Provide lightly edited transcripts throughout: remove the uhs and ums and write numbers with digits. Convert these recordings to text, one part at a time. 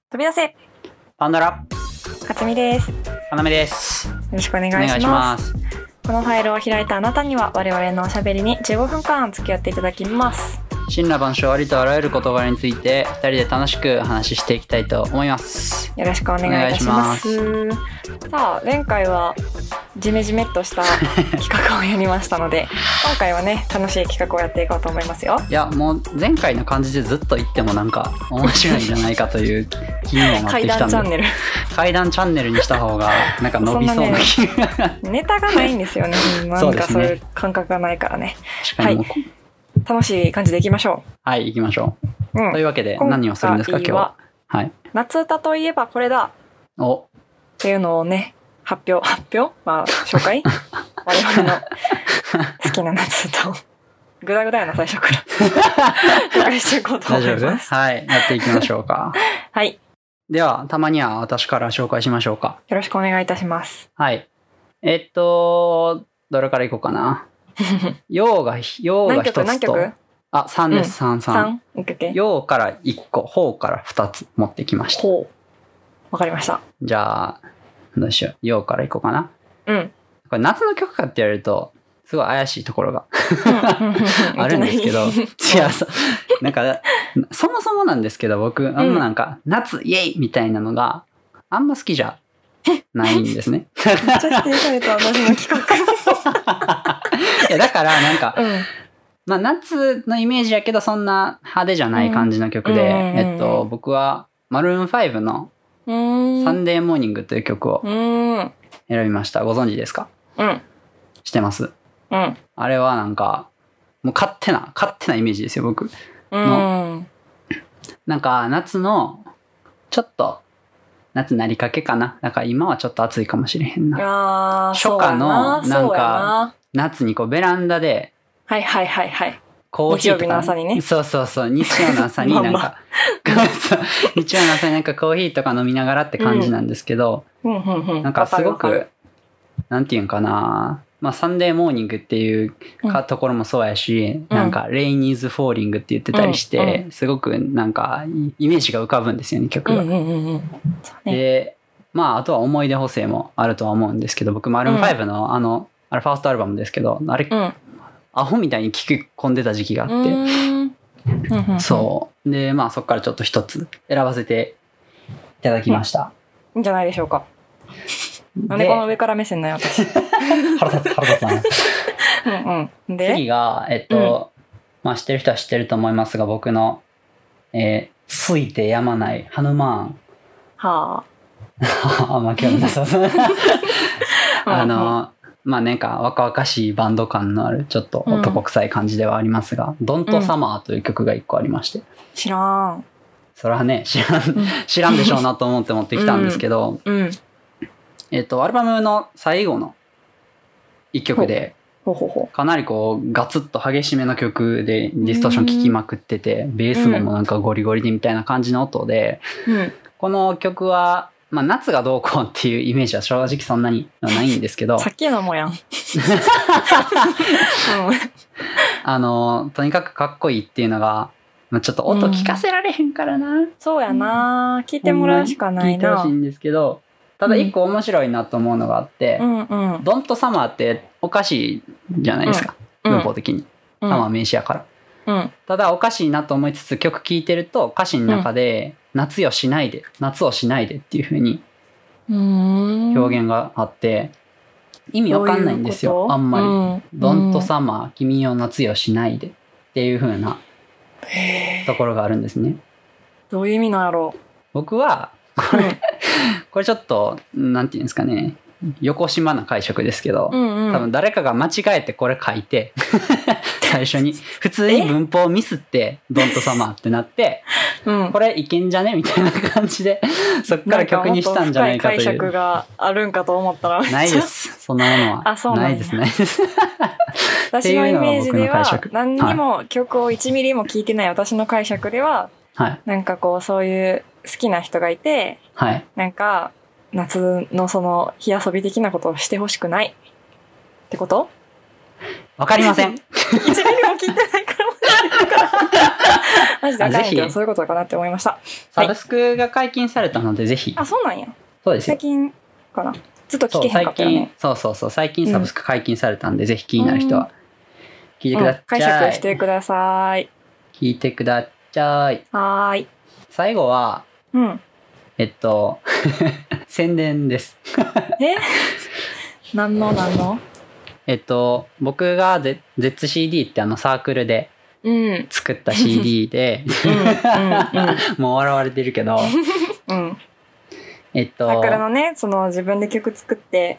飛び出せパンドラ勝美です。よかなめです。 ろしくお願いします。このファイルを開いたあなたには我々のおしゃべりに15分間付き合っていただきます。 神羅万象ありとあらゆる事柄について2人で楽しく話していきたいと思います。 よろしくお願いいたします。さあ前回はジメジメっとした企画をやりましたので今回はね楽しい企画をやっていこうと思いますよ。 いやもう前回の感じでずっと言ってもなんか面白いんじゃないかという気にもなってきたんで怪談チャンネル怪談チャンネルにした方がなんか伸びそうな気がネタがないんですよね。なんかそういう感覚がないからね。 確かに、 はい、楽しい感じでいきましょう。 はい行きましょう、というわけで何をするんですか今日は。はい、 夏歌といえばこれだっていうのをね発表、まあ紹介我々の好きな夏歌をグダグダやな最初から紹介していこうと思います。 はい、やっていきましょうか。 はい、 ではたまには私から紹介しましょうか。 よろしくお願いいたします。 はい。どれからいこうかな。陽が一つと。 何曲あ、3です。3。陽から1個、ほうから2つ持ってきました。 ほう。わかりました。 じゃあ、どうしよう。陽からいこうかな。 うん。 これ夏の曲かって言われると、すごい怪しいところがあるんですけど、いや、なんか、そもそもなんですけど、僕、あんまなんか、夏イエイみたいなのがあんま好きじゃないんですね。 めっちゃ否定された私の企画。 いやだからなんか、まあ夏のイメージやけどそんな派手じゃない感じの曲で、僕はマルーン5のサンデーモーニングという曲を選びました。ご存知ですか？知ってます？あれはなんかもう勝手なイメージですよ僕の。なんか夏のちょっと夏なりかけかな。だから今はちょっと暑いかもしれへんな。初夏のなんか夏にこうベランダでコーヒーとか、 日曜日の朝にね。 そう日曜の朝になんか日曜の朝になんかコーヒーとか飲みながらって感じなんですけど、なんかすごくなんていうんかな、まあサンデーモーニングっていうところもそうやし、なんかレインイズフォーリングって言ってたりして、すごくなんかイメージが浮かぶんですよね曲が。で、まああとは思い出補正もあるとは思うんですけど、僕マルーン5のあれファーストアルバムですけど、あれ、アホみたいに聴き込んでた時期があって、そうでまあそこからちょっと一つ選ばせていただきました。 いいんじゃないでしょうか。なんでこの上から目線なんよ私。 腹立つな。 で次がまあ知ってる人は知ってると思いますが、僕のすいてやまないハヌマーン。 はあ。あんま興味なさそう。まあなんか若々しいバンド感のあるちょっと男臭い感じではありますが、ドントサマーという曲が一個ありまして、 知らん。 それはね知らんでしょうなと思って持ってきたんですけど、アルバムの最後の一曲でかなりこうガツッと激しめの曲でディストーション聴きまくってて、ベースもなんかゴリゴリでみたいな感じの音で、この曲はまあ夏がどうこうっていうイメージは正直そんなにないんですけどさっきのもやん。 とにかくかっこいいっていうのがちょっと音聞かせられへんからな、 そうやな、聞いてもらうしかないな。 聞いてほしいんですけど、ただ一個面白いなと思うのがあって、ドントサマーっておかしいじゃないですか、文法的に。サマー名詞やから。ただおかしいなと思いつつ曲聴いてると歌詞の中で、夏をしないでっていう風に表現があって意味わかんないんですよあんまり。ドントサマー君を夏よしないでっていう風なところがあるんですね。 どういう意味なんやろう。 僕はこれちょっとなんていうんですかね、横島な解釈ですけど、多分誰かが間違えてこれ書いて最初に普通に文法をミスってドントサマーってなって、これいけんじゃねみたいな感じでそっから曲にしたんじゃないかという。 解釈があるんかと思ったらないです。そんなものはないです。 私のイメージでは何にも曲を1ミリも聴いてない私の解釈では、なんかこうそういう好きな人がいて、なんか夏のその火遊び的なことをしてほしくないってこと？ わかりません。 1ミリも聞いてないからマジでわかんないけど、そういうことかなって思いました。 サブスクが解禁されたので、ぜひ。 あ、そうなんや。 そうですよ。 最近かな。ずっと聞けへんかったよね。 そう。最近サブスク解禁されたんで、ぜひ気になる人は聞いてください。 解釈してください。 聞いてください。 はい。 最後は、宣伝です。 何の僕が、ZCD ってサークルで作った CD で、もう笑われてるけど、サークルのね、自分で曲作って、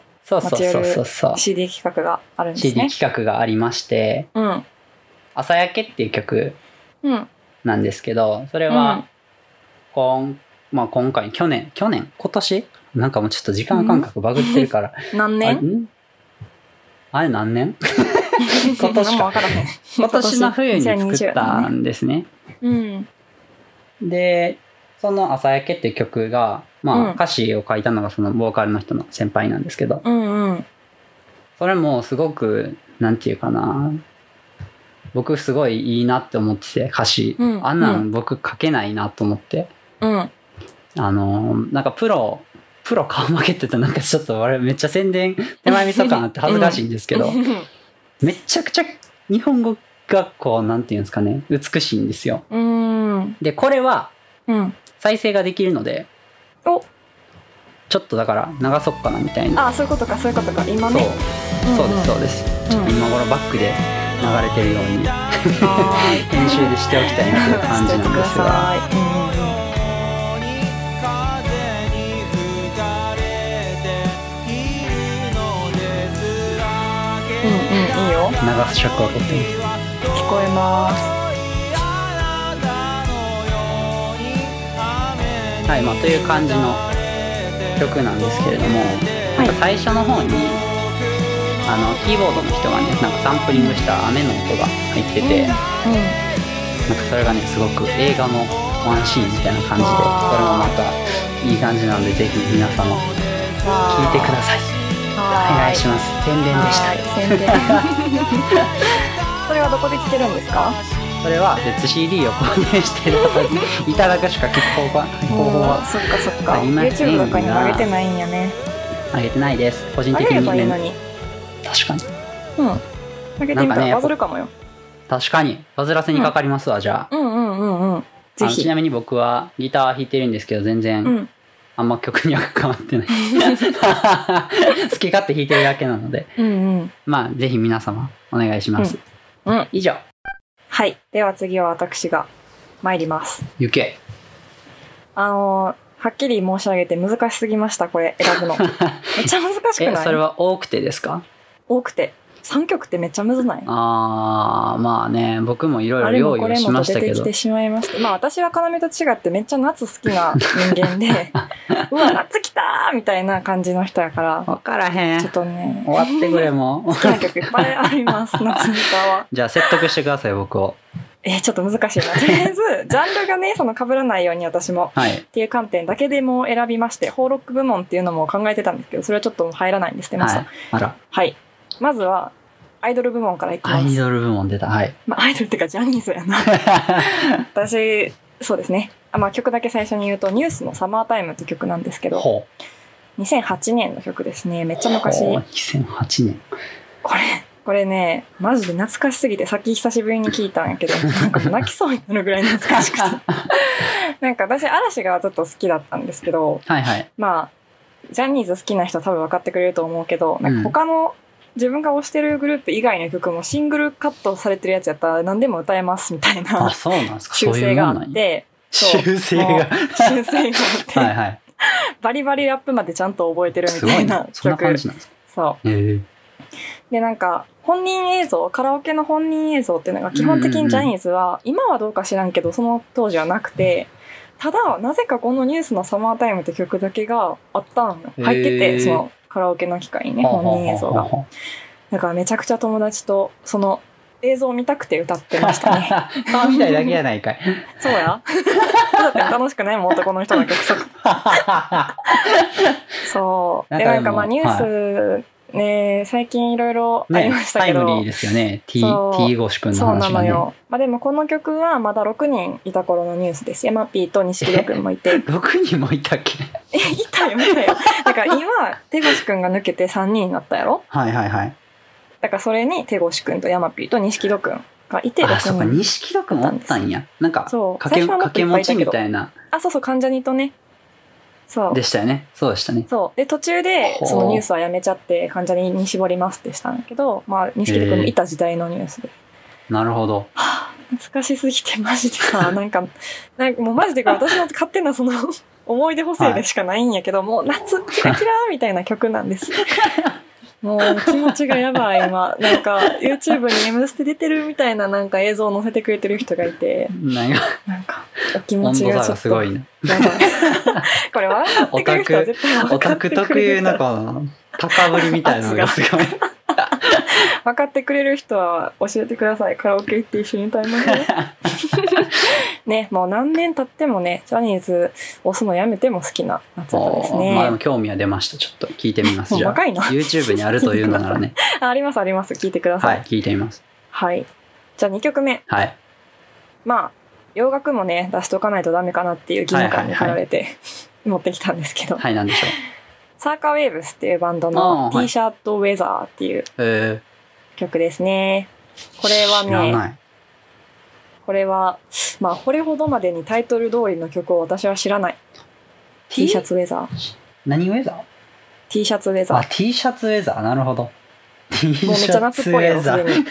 そう CD 企画があるんですね。 CD 企画がありまして、朝焼けっていう曲なんですけど、それは、今年なんかもうちょっと時間感覚バグってるから。 何年あれ何年今年か。今年の冬に作ったんですね。で、その朝焼けっていう曲が、歌詞を書いたのがそのボーカルの人の先輩なんですけど、それもすごく、なんていうかな、僕すごいいいなって思ってて、歌詞。あんなん僕書けないなと思って。なんかプロ顔負けてたなんかちょっとめっちゃ宣伝手前味噌感あって恥ずかしいんですけど、めちゃくちゃ日本語がこうなんていうんですかね、美しいんですよ。でこれは再生ができるので、ちょっとだから流そっかなみたいな。 そういうことか今ね。 そうです。ちょっと今頃バックで流れてるように編集でしておきたいなという感じなんですが。 いいよ。 流す尺を取ってます。 聞こえます。 はい、という感じの曲なんですけれども、なんか最初の方にキーボードの人がね、なんかサンプリングした雨の音が入ってて、なんかそれがねすごく映画のワンシーンみたいな感じで、これもまたいい感じなので、ぜひ皆様聴いてください。お願いします。宣伝でした。 宣伝。それはどこで聴けるんですか？ それは ZCD を購入していただくしか聞く方法はそっか。YouTube とかにも上げてないんやね。 上げてないです。個人的に上げればいいのに。 確かに。 上げてみたらバズるかもよ。 確かにバズらせにかかりますわ、じゃあ。 ぜひ。 ちなみに僕はギター弾いてるんですけど、全然あんま曲には関わってない。好き勝手弾いてるだけなので、ぜひ皆様お願いします。以上。 はい。では次は私が参ります。 行け。 はっきり申し上げて難しすぎました、これ選ぶの。めっちゃ難しくない？ それは多くてですか？ 多くて。3曲ってめっちゃむずない？ 僕もいろいろ用意はしましたけど。 あれもこれもと出てきてしまいました。私は要と違ってめっちゃ夏好きな人間で、うわ、夏来たーみたいな感じの人やから。 わからへん。 ちょっとね。 終わってくれも。 好きな曲いっぱいあります、夏歌は。 じゃあ説得してください、僕を。 ちょっと難しいな。とりあえず、ジャンルがね、被らないように私も、っていう観点だけでも選びまして、邦ロック部門っていうのも考えてたんですけど、それはちょっと入らないんで捨てました。はい。まずは、アイドル部門からいきます。 アイドル部門出た。はい。 アイドルってかジャニーズやな。私、そうですね。曲だけ最初に言うと、ニュースのサマータイムって曲なんですけど、2008年の曲ですね。めっちゃ昔。 2008年。 これね、マジで懐かしすぎて、さっき久しぶりに聞いたんやけど、なんかもう泣きそうになるぐらい懐かしくて。なんか私、嵐がずっと好きだったんですけど、ジャニーズ好きな人は多分分かってくれると思うけど、なんか他の、自分が推してるグループ以外の曲もシングルカットされてるやつやったら何でも歌えますみたいな修正があって、 修正があってバリバリラップまでちゃんと覚えてるみたいな曲。 そんな感じなんですか？ そう。でなんか本人映像、カラオケの本人映像っていうのが基本的にジャニーズは今はどうか知らんけどその当時はなくて、ただなぜかこのニュースのサマータイムって曲だけがあったのよ。入っててそのカラオケの機械にね、本人映像が。だからめちゃくちゃ友達とその映像を見たくて歌ってましたね。 顔みたいだけやないかい。 そうや。だって楽しくないもん、男の人の曲とか。そう。でなんかニュースね、最近いろいろありましたけど、 タイムリーですよね。T ゴシ君の話がね。 そうなのよ。まあでもこの曲はまだ6人いた頃のニュースです。ヤマピーと錦戸くんもいて。 6人もいたっけ？ いたよ。だから今、手越くんが抜けて3人になったやろ？ はいはいはい。 だからそれに手越くんとヤマピーと錦戸くんがいて6人。 あ、そうか、錦戸くんおったんや。なんか、掛け持ちみたいな。 あ、そうそう、関ジャニとね。そう。 でしたよね。そうでしたね。 そう。で、途中で、そのニュースはやめちゃって、関ジャニに絞りますってしたんだけど、まあ、錦戸くんもいた時代のニュースで。 なるほど。 懐かしすぎて、マジでさ、なんかもうマジで私の勝手なその、思い出補正でしかないんやけど、はい、もう夏、キラキラみたいな曲なんです。もう気持ちがやばい今。なんか YouTube に M ステ出てるみたいななんか映像を載せてくれてる人がいて。なんかお気持ちがちょっと。 すごいね。 これ笑ってくれる人は絶対分かってくれる。 オタク特有なんか高ぶりみたいなのがすごい。 分かってくれる人は教えてください。カラオケ行って一緒に歌いましょう。ね、もう何年経ってもね、ジャニーズ押すのやめても好きな夏歌ですね。 まあでも興味は出ました。ちょっと聞いてみます。じゃあ。 若いの YouTube にあるというのならね。 ありますあります。聞いてください。 はい、聞いてみます。 はい。じゃあ2曲目。 はい。 まあ、洋楽もね、出しとかないとダメかなっていう義務感に駆られて、持ってきたんですけど。 はい、なんでしょう。 サーカーウェーブスっていうバンドの T シャツウェザーっていう曲ですね。これはね、知らない。これは、まあ、これほどまでにタイトル通りの曲を私は知らない。T シャツウェザー。 何ウェザー？ T シャツウェザー。 あ、T シャツウェザー。なるほど。 もうめっちゃ夏っぽいやろ、すでに。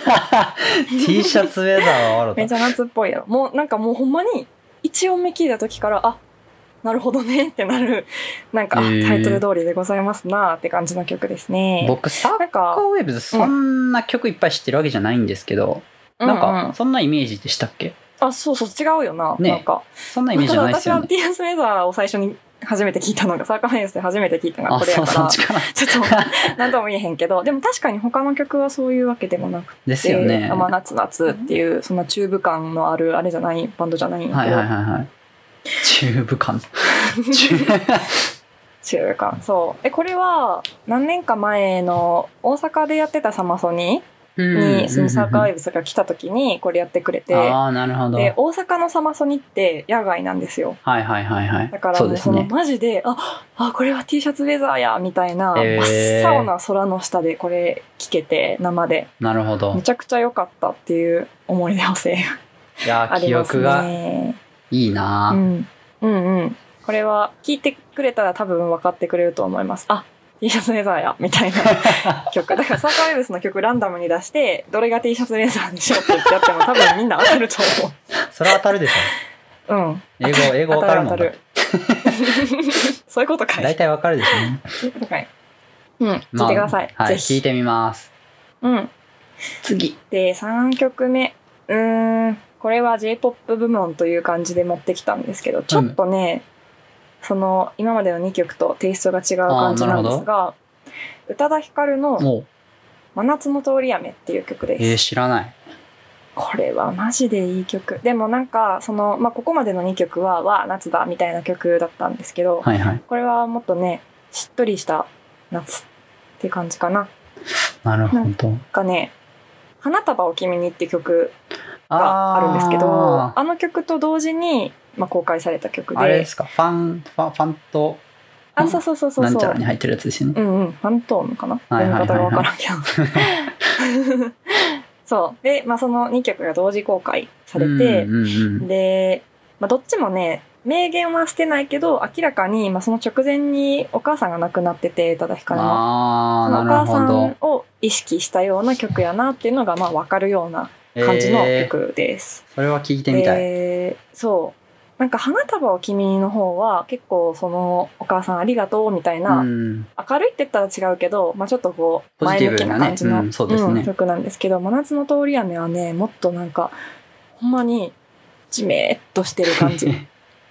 T シャツウェザーは笑った。 めっちゃ夏っぽいやろ。もうなんかもうほんまに、一音目聞いた時から、あ、なるほどねってなる、なんか、タイトル通りでございますなって感じの曲ですね。 僕、サーカーウェーブズそんな曲いっぱい知ってるわけじゃないんですけど、なんか、そんなイメージでしたっけ？ あ、そうそう、違うよな。ね、なんか。 そんなイメージじゃないですよね。 私は T シャツウェザーを最初に初めて聞いたのが、サーカーフェンスで初めて聞いたのがこれやから、ちょっと、なんとも言えへんけど、でも確かに他の曲はそういうわけでもなくて、 ですよね。 まあ、夏っていう、そんなチューブ感のある、あれじゃない、バンドじゃないんだけど。 はいはいはいはい。チューブ感。 チューブ感。そう。これは、何年か前の大阪でやってたサマソニに、そのサーカーウェーブスが来た時にこれやってくれて、 ああ、なるほど。 で、大阪のサマソニって野外なんですよ。 はいはいはいはい。 だからもうそのマジで、これは T シャツウェザーや、みたいな、真っ青な空の下でこれ聞けて、生で。 なるほど。 めちゃくちゃ良かったっていう思い出補正がいや、記憶がいいな。 うんうん。これは聞いてくれたら多分分かってくれると思います。あ、T シャツレザーや、みたいな曲。だからサーカーウェーブスの曲ランダムに出して、どれが T シャツレザーでしょって言ってやっても多分みんな当たると思う。 それは当たるでしょ。うん。英語分かるもん。当たる。 そういうことかい。 大体分かるでしょね。 そういうことかい。うん、聞いてください。 はい、聞いてみます。 うん。 次。 で、3曲目。これは J-POP 部門という感じで持ってきたんですけど、ちょっとね、その今までの2曲とテイストが違う感じなんですが、宇多田ヒカルの真夏の通り雨っていう曲です。 知らない。 これはマジでいい曲。でもなんか、その、ここまでの2曲は、夏だみたいな曲だったんですけど、 はいはい、 これはもっとね、しっとりした夏っていう感じかな。 なるほど。 なんかね、花束を君にって曲があるんですけど、あの曲と同時に、公開された曲で。 あれですか、ファント、 そう。 なんちゃらに入ってるやつですよね。 ファントームかな、読み方がわからんけど。そう。で、その2曲が同時公開されて、で、どっちもね、明言はしてないけど、明らかに、その直前にお母さんが亡くなってて、宇多田ヒカルの。そのお母さんを意識したような曲やなっていうのが、わかるような感じの曲です。 それは聞いてみたい。 そう。なんか花束を君にの方は結構そのお母さんありがとうみたいな、明るいって言ったら違うけど、ちょっとこう前向きな感じの曲なんですけど、真夏の通り雨はね、もっとなんかほんまにじめっとしてる感じ。で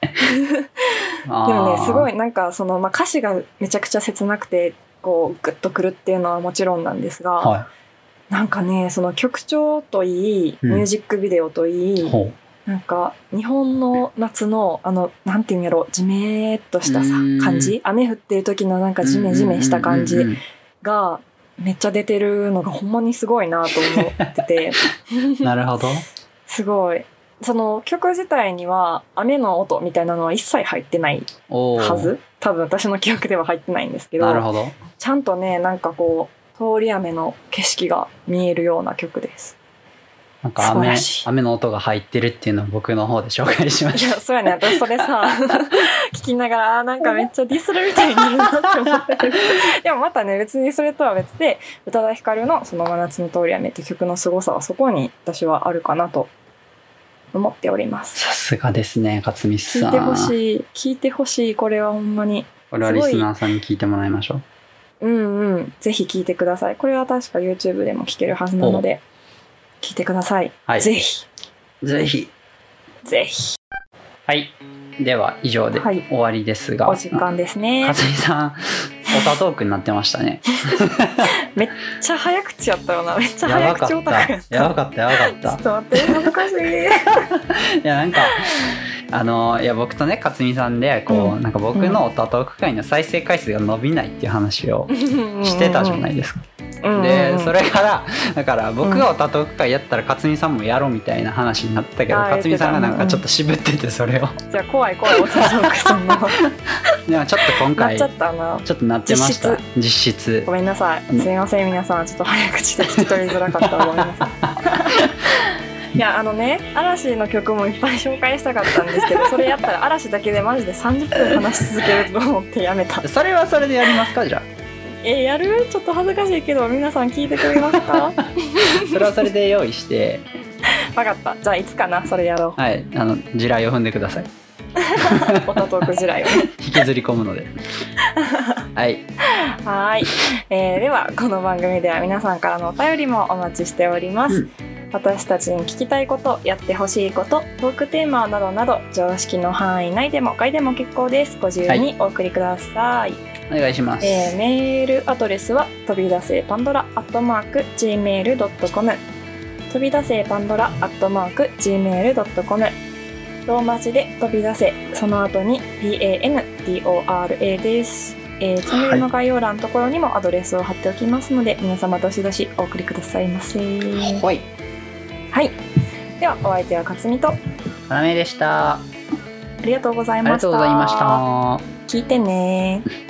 もね、すごいなんかその、歌詞がめちゃくちゃ切なくてこうグッとくるっていうのはもちろんなんですが、なんかね、その曲調といいミュージックビデオといい、なんか日本の夏のなんていうんやろ、ジメーっとしたさ感じ、雨降ってる時のなんかジメジメした感じがめっちゃ出てるのがほんまにすごいなと思っててなるほど。 すごい。その曲自体には雨の音みたいなのは一切入ってないはず。多分私の記憶では入ってないんですけど、 なるほど。 ちゃんとね、なんかこう通り雨の景色が見えるような曲です。 なんか雨の音が入ってるっていうのを僕の方で紹介しました。 いや、そうやね。私それさ聞きながらなんかめっちゃディスるみたいになるなって思ったけどでもまたね、別にそれとは別で宇多田ヒカルのその真夏の通り雨っていう曲の凄さはそこに私はあるかなと思っております。 さすがですね、勝美さん。 聞いてほしい。これはほんまに。 これはリスナーさんに聞いてもらいましょう。うんうん。ぜひ聞いてください。これは確か YouTube でも聞けるはずなので、聞いてください。 はい。 ぜひ。 ぜひ。 ぜひ。 はい。では以上で終わりですが、 お時間ですね。 勝美さん、オタトークになってましたね。 めっちゃ早口やったよな。めっちゃ早口オタクやった。 やばかった。 ちょっと待って、恥ずかしい。 いや、なんかいや僕とね勝美さんでこう、なんか僕のオタトーク会の再生回数が伸びないっていう話をしてたじゃないですか。でそれからだから僕がオタトーク会やったら勝美さんもやろうみたいな話になったけど、勝美さんがなんかちょっと渋ってて、それをじゃあ怖いオタトークさんのでもちょっと今回なっちゃったな。 ちょっとなってました。実質ごめんなさい。すみません皆さん、ちょっと早口で聞き取りづらかったらごめんなさい。いや嵐の曲もいっぱい紹介したかったんですけど、それやったら嵐だけでマジで30分話し続けると思ってやめた。 それはそれでやりますか？じゃあやる？ちょっと恥ずかしいけど皆さん聞いてくれますか？ それはそれで用意して分かった。じゃあいつかな、それやろう。 はい、地雷を踏んでください。 オタトーク地雷をね引きずり込むのではいはい、ではこの番組では皆さんからのお便りもお待ちしております、私たちに聞きたいこと、やってほしいこと、トークテーマなどなど常識の範囲内でも外でも結構です。ご自由にお送りください。 お願いします。 メールアドレスは飛び出せパンドラ@gmail.com 飛び出せパンドラ@gmail.com ローマ字で飛び出せ、その後に PANDORA です。チャンネルの概要欄のところにもアドレスを貼っておきますので、皆様どしどしお送りくださいませ。 はい、 はい、ではお相手は勝美と花芽でした。 ありがとうございました。 ありがとうございました。 聞いてね。